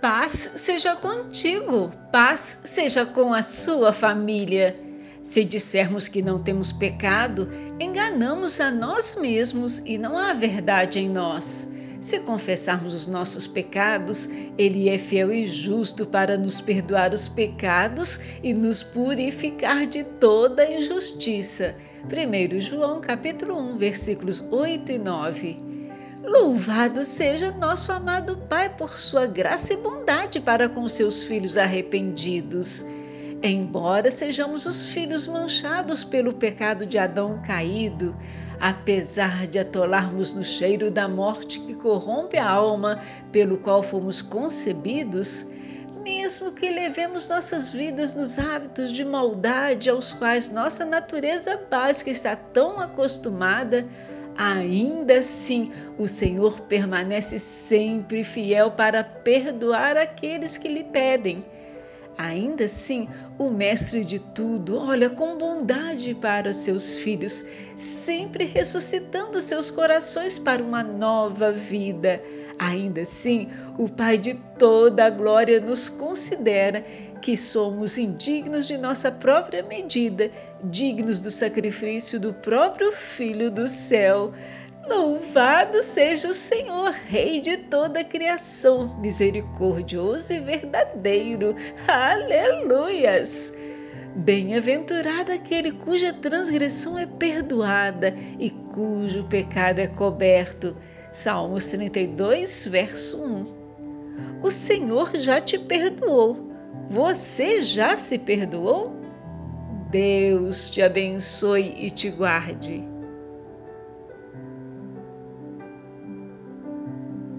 Paz seja contigo, paz seja com a sua família. Se dissermos que não temos pecado, enganamos a nós mesmos e não há verdade em nós. Se confessarmos os nossos pecados, Ele é fiel e justo para nos perdoar os pecados e nos purificar de toda injustiça. 1 João capítulo 1, versículos 8 e 9. Louvado seja nosso amado Pai por sua graça e bondade para com seus filhos arrependidos. Embora sejamos os filhos manchados pelo pecado de Adão caído, apesar de atolarmos no cheiro da morte que corrompe a alma pelo qual fomos concebidos, mesmo que levemos nossas vidas nos hábitos de maldade aos quais nossa natureza básica está tão acostumada, ainda assim o Senhor permanece sempre fiel para perdoar aqueles que lhe pedem. Ainda assim, o Mestre de tudo olha com bondade para seus filhos, sempre ressuscitando seus corações para uma nova vida. Ainda assim, o Pai de toda a glória nos considera que somos indignos de nossa própria medida, dignos do sacrifício do próprio Filho do céu. Louvado seja o Senhor, Rei de toda a criação, misericordioso e verdadeiro. Aleluias! Bem-aventurado aquele cuja transgressão é perdoada e cujo pecado é coberto. Salmos 32, verso 1. O Senhor já te perdoou. Você já se perdoou? Deus te abençoe e te guarde.